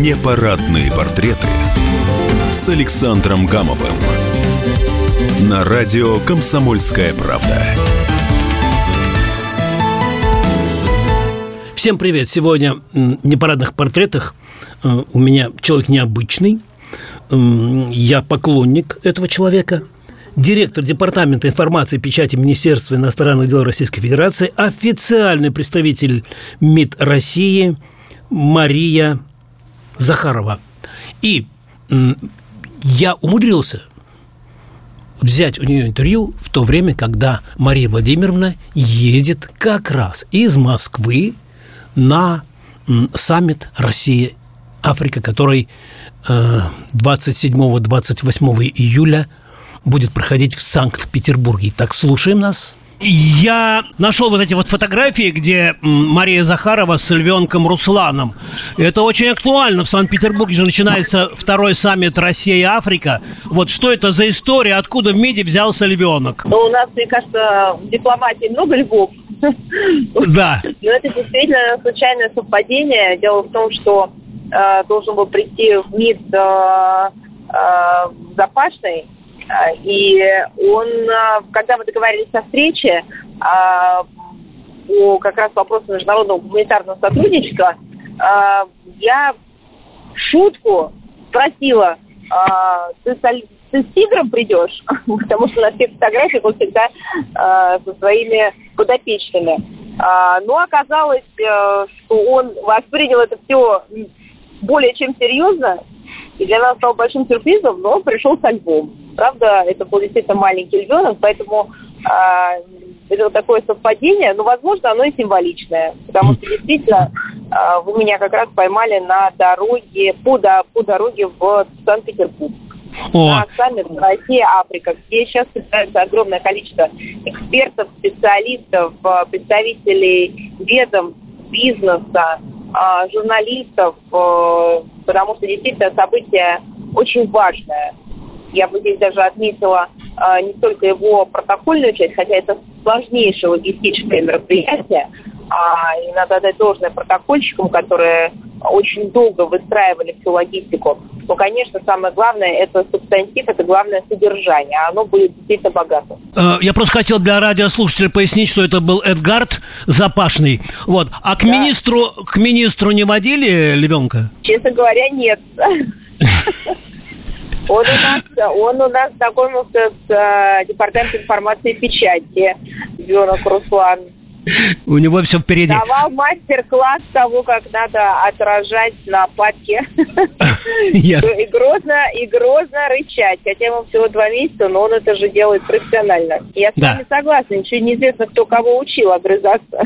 Непарадные портреты с Александром Гамовым на радио «Комсомольская правда». Всем привет! Сегодня в непарадных портретах у меня человек необычный. Я поклонник этого человека. Директор Департамента информации и печати Министерства иностранных дел Российской Федерации, официальный представитель МИД России Мария Захарова. И я умудрился взять у нее интервью в то время, когда Мария Владимировна едет как раз из Москвы на саммит Россия-Африка, который 27-28 июля будет проходить в Санкт-Петербурге. Так, слушаем нас. Я нашел вот эти вот фотографии, где Мария Захарова с львенком Русланом. Это очень актуально. В Санкт-Петербурге же начинается второй саммит Россия-Африка. Вот что это за история? Откуда в МИДе взялся львенок? Ну, у нас, мне кажется, в дипломатии много львов. Да. Но это действительно случайное совпадение. Дело в том, что должен был прийти в МИД Запашный. И он, когда мы договорились о встрече по как раз вопросу международного гуманитарного сотрудничества, я в шутку спросила: ты с тигром придешь? Потому что на всех фотографиях он всегда со своими подопечными. Но оказалось, что он воспринял это все более чем серьезно, и для нас стал большим сюрпризом, но он пришел со львом. Правда, это был действительно маленький львенок, поэтому это такое совпадение, но, возможно, оно и символичное, потому что действительно вы меня как раз поймали на дороге, по дороге в Санкт-Петербург. На саммит Россия-Африка, где сейчас собирается огромное количество экспертов, специалистов, представителей ведомств, бизнеса, журналистов, потому что действительно событие очень важное. Я бы здесь даже отметила не только его протокольную часть, хотя это сложнейшее логистическое мероприятие, и надо отдать должное протокольщикам, которые очень долго выстраивали всю логистику. Но, конечно, самое главное – это субстантив, это главное содержание, а оно будет действительно богатым. Я просто хотел для радиослушателей пояснить, что это был Эдгард Запашный. Вот. А к министру не водили львенка? Честно говоря, нет. Он у нас знакомился с Департаментом информации и печати, львенок Руслан. У него все впереди. Давал мастер-класс того, как надо отражать нападки. И грозно рычать. Хотя ему всего 2 месяца, но он это же делает профессионально. Я с вами согласна. Ничего не известно, кто кого учил огрызаться.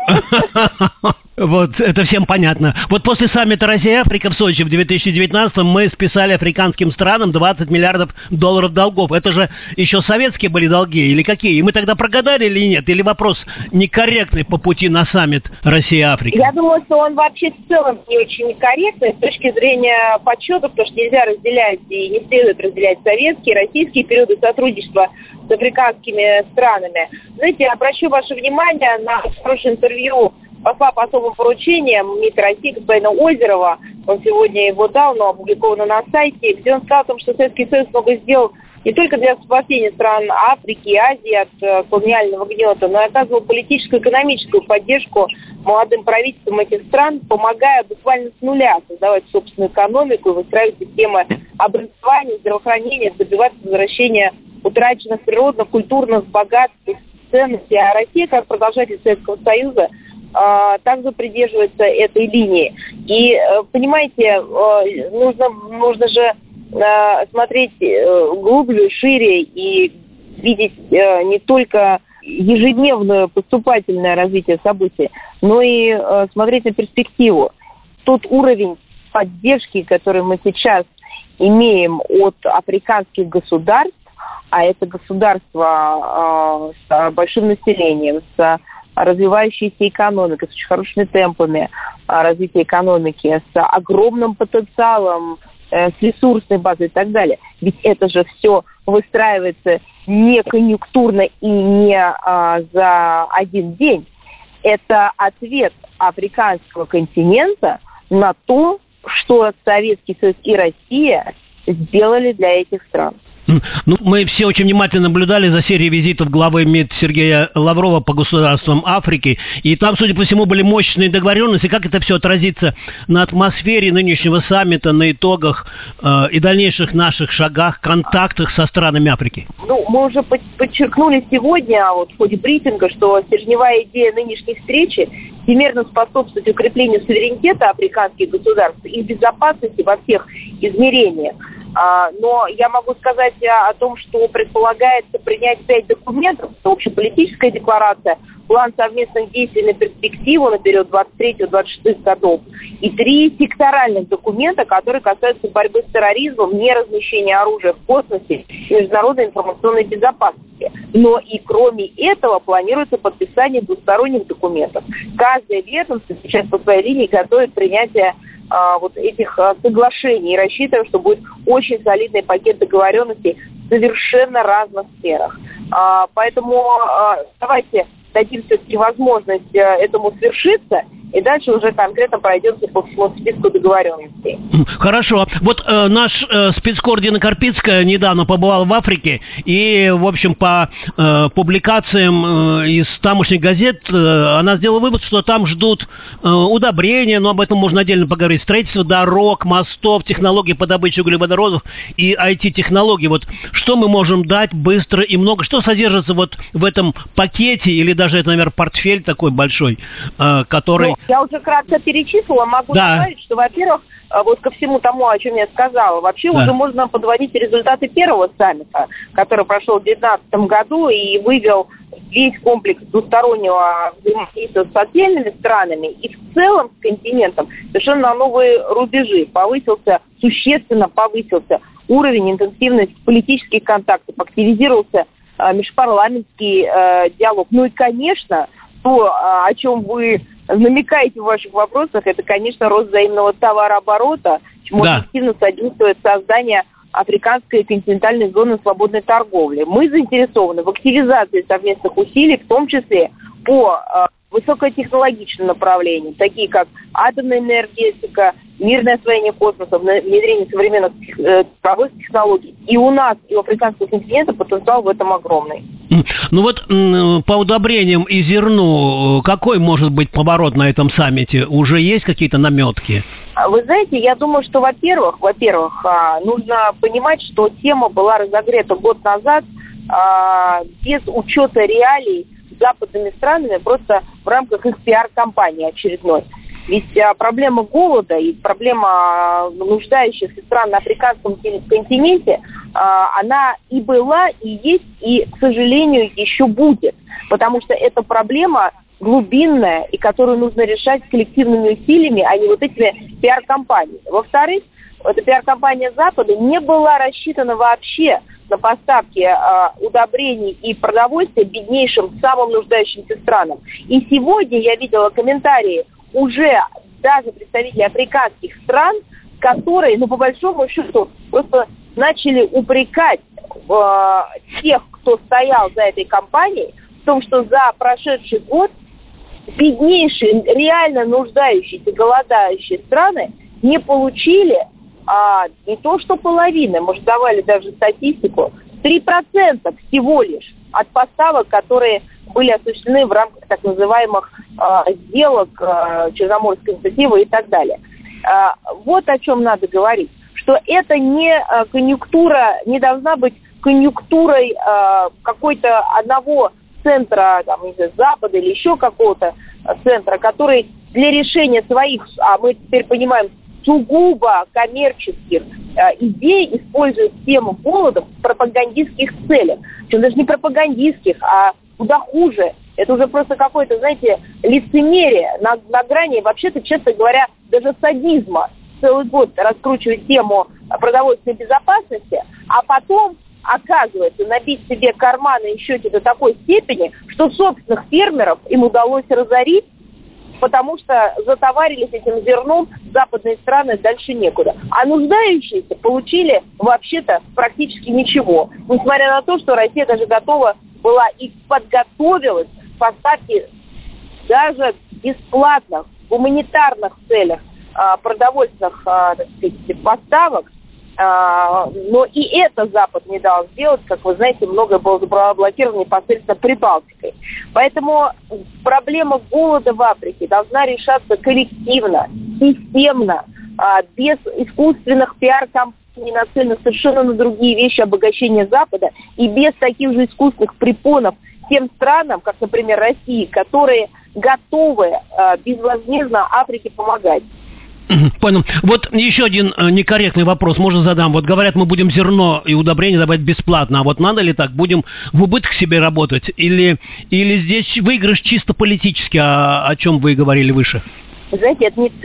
Вот, это всем понятно. Вот после саммита Россия-Африка в Сочи в 2019-м мы списали африканским странам 20 миллиардов долларов долгов. Это же еще советские были долги или какие? И мы тогда прогадали или нет? Или вопрос некорректный по пути на саммит Россия-Африка? Я думаю, что он вообще в целом не очень некорректный с точки зрения подсчета, потому что нельзя разделять и не следует разделять советские и российские периоды сотрудничества с африканскими странами. Знаете, я обращу ваше внимание на хорошее интервью посла по особым поручениям МИД России господина Озерова. Он сегодня его дал, но опубликовано на сайте, где он сказал о том, что Советский Союз много сделал не только для освобождения стран Африки и Азии от колониального гнета, но и оказывал политическую и экономическую поддержку молодым правительствам этих стран, помогая буквально с нуля создавать собственную экономику и выстраивать системы образования, здравоохранения, добиваться возвращения утраченных природных, культурных богатств и ценностей. А Россия, как продолжатель Советского Союза, также придерживается этой линии. И, понимаете, нужно же смотреть глубже, шире и видеть не только ежедневное поступательное развитие событий, но и смотреть на перспективу. Тот уровень поддержки, который мы сейчас имеем от африканских государств, а это государства с большим населением, с развивающейся экономикой, с очень хорошими темпами развития экономики, с огромным потенциалом, с ресурсной базой и так далее. Ведь это же все выстраивается не конъюнктурно и не за один день. Это ответ африканского континента на то, что Советский Союз и Россия сделали для этих стран. Ну, мы все очень внимательно наблюдали за серией визитов главы МИД Сергея Лаврова по государствам Африки, и там, судя по всему, были мощные договоренности. Как это все отразится на атмосфере нынешнего саммита, на итогах и дальнейших наших шагах, контактах со странами Африки? Ну, мы уже подчеркнули сегодня, вот в ходе брифинга, что стержневая идея нынешней встречи всемирно способствовать укреплению суверенитета африканских государств и безопасности во всех измерениях. Но я могу сказать о том, что предполагается принять 5 документов: общеполитическая декларация, план совместных действий на перспективу на период 23-26 годов и 3 секторальных документа, которые касаются борьбы с терроризмом, неразмещения оружия в космосе и международной информационной безопасности. Но и кроме этого планируется подписание двусторонних документов. Каждое ведомство сейчас по своей линии готовит принятие вот этих соглашений, и рассчитываем, что будет очень солидный пакет договоренностей в совершенно разных сферах. Поэтому давайте дадим все-таки возможность этому свершиться, и дальше уже конкретно пройдемся по всему списку договоренностей. Хорошо. Вот наш спецкор Дина Карпицкая недавно побывал в Африке, и, в общем, по публикациям из тамошних газет она сделала вывод, что там ждут удобрения, но об этом можно отдельно поговорить, строительство дорог, мостов, технологий по добыче углеводородов и IT-технологий. Вот что мы можем дать быстро и много? Что содержится вот в этом пакете, или даже это, наверное, портфель такой большой, который... Я уже кратко перечислила, могу добавить, что, во-первых, вот ко всему тому, о чем я сказала, вообще уже можно подводить результаты первого саммита, который прошел в 2019 году и вывел весь комплекс двустороннего взаимодействия с отдельными странами и в целом с континентом совершенно на новые рубежи. Существенно повысился уровень, интенсивность политических контактов, активизировался межпарламентский диалог. Ну и, конечно, то, о чем вы намекаете в ваших вопросах, это, конечно, рост взаимного товарооборота, чему активно содействует создание африканской континентальной зоны свободной торговли. Мы заинтересованы в активизации совместных усилий, в том числе по высокотехнологичным направлениям, такие как атомная энергетика, мирное освоение космоса, внедрение современных цифровых технологий. И у нас, и у африканского континента потенциал в этом огромный. Ну вот по удобрениям и зерну, какой может быть поворот на этом саммите? Уже есть какие-то наметки? Вы знаете, я думаю, что, во-первых, нужно понимать, что тема была разогрета год назад без учета реалий западными странами, просто в рамках их пиар-кампании очередной. Ведь проблема голода и проблема нуждающихся стран на африканском континенте, она и была, и есть, и, к сожалению, еще будет. Потому что это проблема глубинная, и которую нужно решать коллективными усилиями, а не вот этими пиар-компаниями. Во-вторых, эта пиар-компания Запада не была рассчитана вообще на поставки удобрений и продовольствия беднейшим, самым нуждающимся странам. И сегодня я видела комментарии уже даже представителей африканских стран, которые, по большому счету, просто начали упрекать тех, кто стоял за этой кампанией, в том, что за прошедший год беднейшие, реально нуждающиеся, голодающие страны не получили не то что половины, может, давали даже статистику, 3% всего лишь от поставок, которые были осуществлены в рамках так называемых сделок Черноморской инициативы и так далее. Вот о чем надо говорить, что это не конъюнктура, не должна быть конъюнктурой какой-то одного центра, Запада или еще какого-то центра, который для решения своих, а мы теперь понимаем, сугубо коммерческих идей используют тему голода в пропагандистских целях. Причем даже не пропагандистских, а куда хуже. Это уже просто какое-то, лицемерие на грани, вообще-то, честно говоря, даже садизма. Целый год раскручивать тему продовольственной безопасности, а потом, оказывается, набить себе карманы еще до такой степени, что собственных фермеров им удалось разорить, потому что затоварились этим зерном западные страны, дальше некуда. А нуждающиеся получили вообще-то практически ничего. Несмотря на то, что Россия даже готова была и подготовилась к поставке даже бесплатных, гуманитарных целях продовольственных, так сказать, поставок. Но и это Запад не дал сделать, как вы знаете, многое было заблокировано непосредственно Прибалтикой. Поэтому проблема голода в Африке должна решаться коллективно, системно, без искусственных пиар-компаний, нацеленных совершенно на другие вещи обогащения Запада, и без таких же искусственных препонов тем странам, как, например, России, которые готовы безвозмездно Африке помогать. Понял. Вот еще один некорректный вопрос, можно задам. Вот говорят, мы будем зерно и удобрения давать бесплатно, а вот надо ли так? Будем в убыток себе работать? Или здесь выигрыш чисто политический, о чем вы говорили выше? Знаете,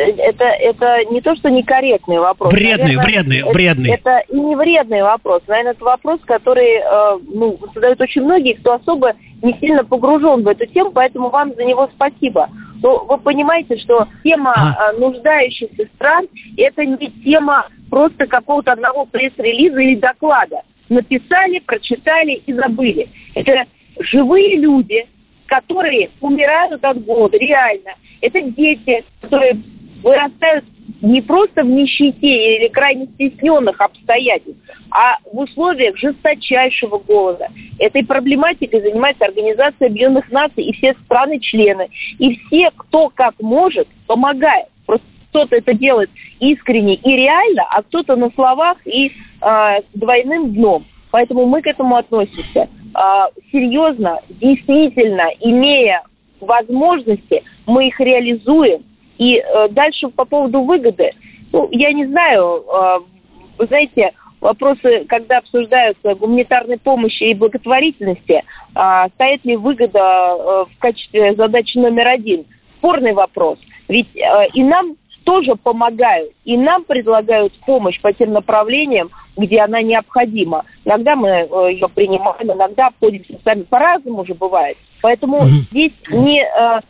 это не то, что некорректный вопрос. Вредный. Это и не вредный вопрос. Наверное, это вопрос, который задают очень многие, кто особо не сильно погружен в эту тему, поэтому вам за него спасибо. Но вы понимаете, что тема нуждающихся стран – это не тема просто какого-то одного пресс-релиза или доклада. Написали, прочитали и забыли. Это живые люди, которые умирают от голода, реально. Это дети, которые вырастают не просто в нищете или крайне стесненных обстоятельств, а в условиях жесточайшего голода. Этой проблематикой занимается Организация Объединенных Наций и все страны-члены. И все, кто как может, помогает. Просто кто-то это делает искренне и реально, а кто-то на словах и двойным дном. Поэтому мы к этому относимся серьезно, действительно, имея возможности, мы их реализуем. И дальше по поводу выгоды, я не знаю, вы знаете, вопросы, когда обсуждаются гуманитарной помощи и благотворительности, стоит ли выгода в качестве задачи номер один? Спорный вопрос. Ведь и нам тоже помогают, и нам предлагают помощь по тем направлениям, где она необходима. Иногда мы ее принимаем, иногда обходимся сами, по-разному же бывает. Поэтому здесь не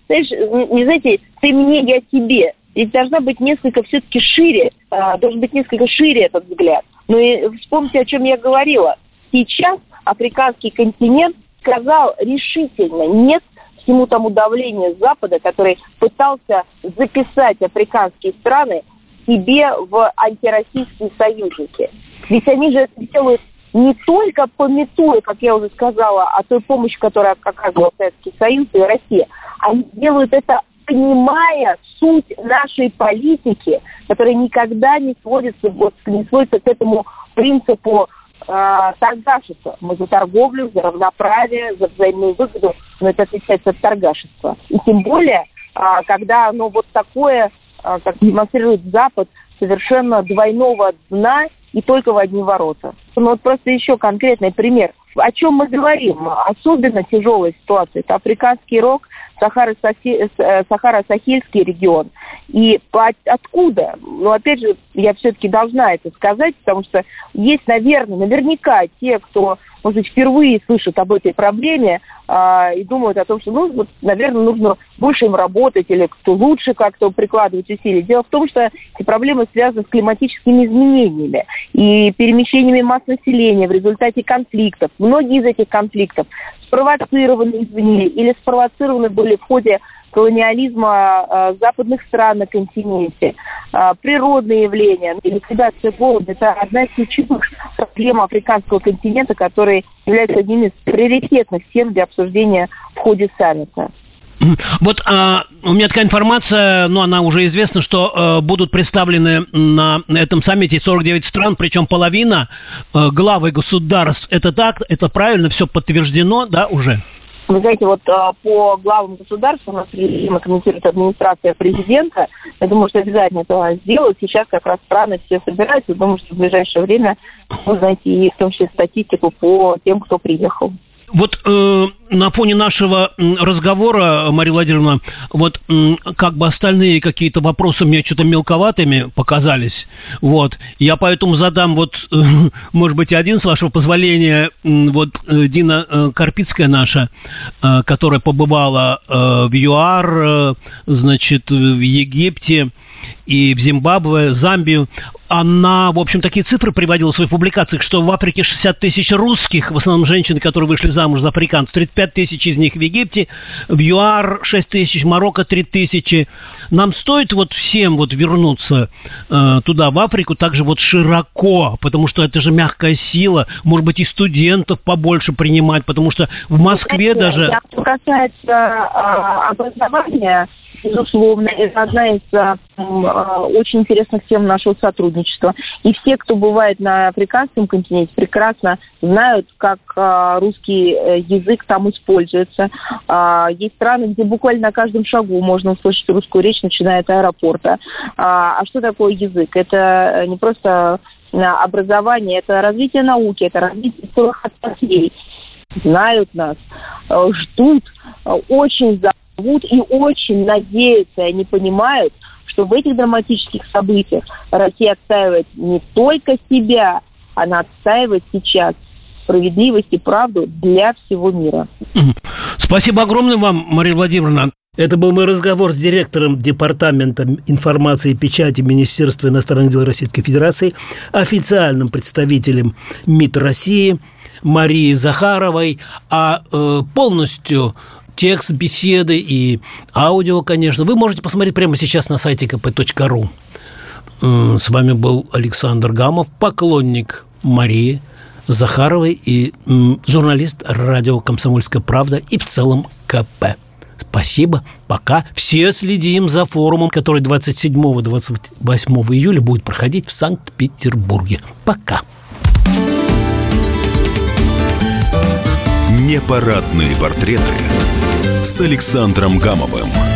знаете, ты мне, я тебе. Здесь должна быть несколько все-таки шире, должен быть несколько шире этот взгляд. Ну и вспомните, о чем я говорила. Сейчас африканский континент сказал решительно нет всему тому давлению Запада, который пытался записать африканские страны себе в антироссийские союзники. Ведь они же это делают не только памятуя, как я уже сказала, о той помощи, которую оказывал Советский Союз и Россия. Они делают это, понимая суть нашей политики, которая никогда не сводится к этому принципу торгашества. Мы за торговлю, за равноправие, за взаимную выгоду, но это отличается от торгашества. И тем более, когда оно вот такое, как демонстрирует Запад, совершенно двойного дна и только в одни ворота. Ну вот просто еще конкретный пример. О чем мы говорим? Особенно тяжелая ситуация. Это Африканский Рог, Сахара-Сахельский регион. И откуда? Ну, опять же, я все-таки должна это сказать, потому что есть, наверняка те, кто, может быть, впервые слышат об этой проблеме и думают о том, что, наверное, нужно больше им работать или кто лучше как-то прикладывать усилия. Дело в том, что эти проблемы связаны с климатическими изменениями и перемещениями масс населения в результате конфликтов. Многие из этих конфликтов спровоцированы извне или спровоцированы были в ходе колониализма западных стран на континенте. Природные явления, ликвидация голода – это одна из ключевых проблем африканского континента, которые являются одним из приоритетных тем для обсуждения в ходе саммита. Вот у меня такая информация, она уже известна, что будут представлены на этом саммите 49 стран, причем половина главы государств. Это так? Это правильно? Все подтверждено, да, уже? Вы знаете, вот по главам государств у нас комментирует администрация президента. Я думаю, что обязательно это сделают. Сейчас как раз страны все собираются. Я думаю, что в ближайшее время вы знаете и в том числе статистику по тем, кто приехал. Вот на фоне нашего разговора, Мария Владимировна, вот как бы остальные какие-то вопросы мне что-то мелковатыми показались. Вот. Я поэтому задам может быть, один, с вашего позволения, Дина Карпицкая наша, которая побывала в ЮАР, значит, в Египте и в Зимбабве, Замбию. Она, в общем, такие цифры приводила в своих публикациях, что в Африке 60 тысяч русских, в основном женщин, которые вышли замуж за африканцев, 35 тысяч из них в Египте, в ЮАР 6 тысяч, Марокко 3 тысячи. нам стоит вот всем вот вернуться туда, в Африку, также вот широко, потому что это же мягкая сила, может быть, и студентов побольше принимать, потому что в Москве даже... Что касается образования, безусловно, это одна из очень интересных тем нашего сотрудничества. И все, кто бывает на африканском континенте, прекрасно знают, как русский язык там используется. Есть страны, где буквально на каждом шагу можно услышать русскую речь, начиная от аэропорта. А что такое язык? Это не просто образование, это развитие науки, это развитие целых отраслей. Знают нас, ждут, очень зовут и очень надеются, они понимают, что в этих драматических событиях Россия отстаивает не только себя, она отстаивает сейчас справедливость и правду для всего мира. Спасибо огромное вам, Мария Владимировна. Это был мой разговор с директором Департамента информации и печати Министерства иностранных дел Российской Федерации, официальным представителем МИД России Марией Захаровой, полностью текст беседы и аудио, конечно, вы можете посмотреть прямо сейчас на сайте kp.ru. С вами был Александр Гамов, поклонник Марии Захаровой и журналист радио «Комсомольская правда» и в целом КП. Спасибо, пока. Все следим за форумом, который 27-28 июля будет проходить в Санкт-Петербурге. Пока. Непарадные портреты с Александром Гамовым.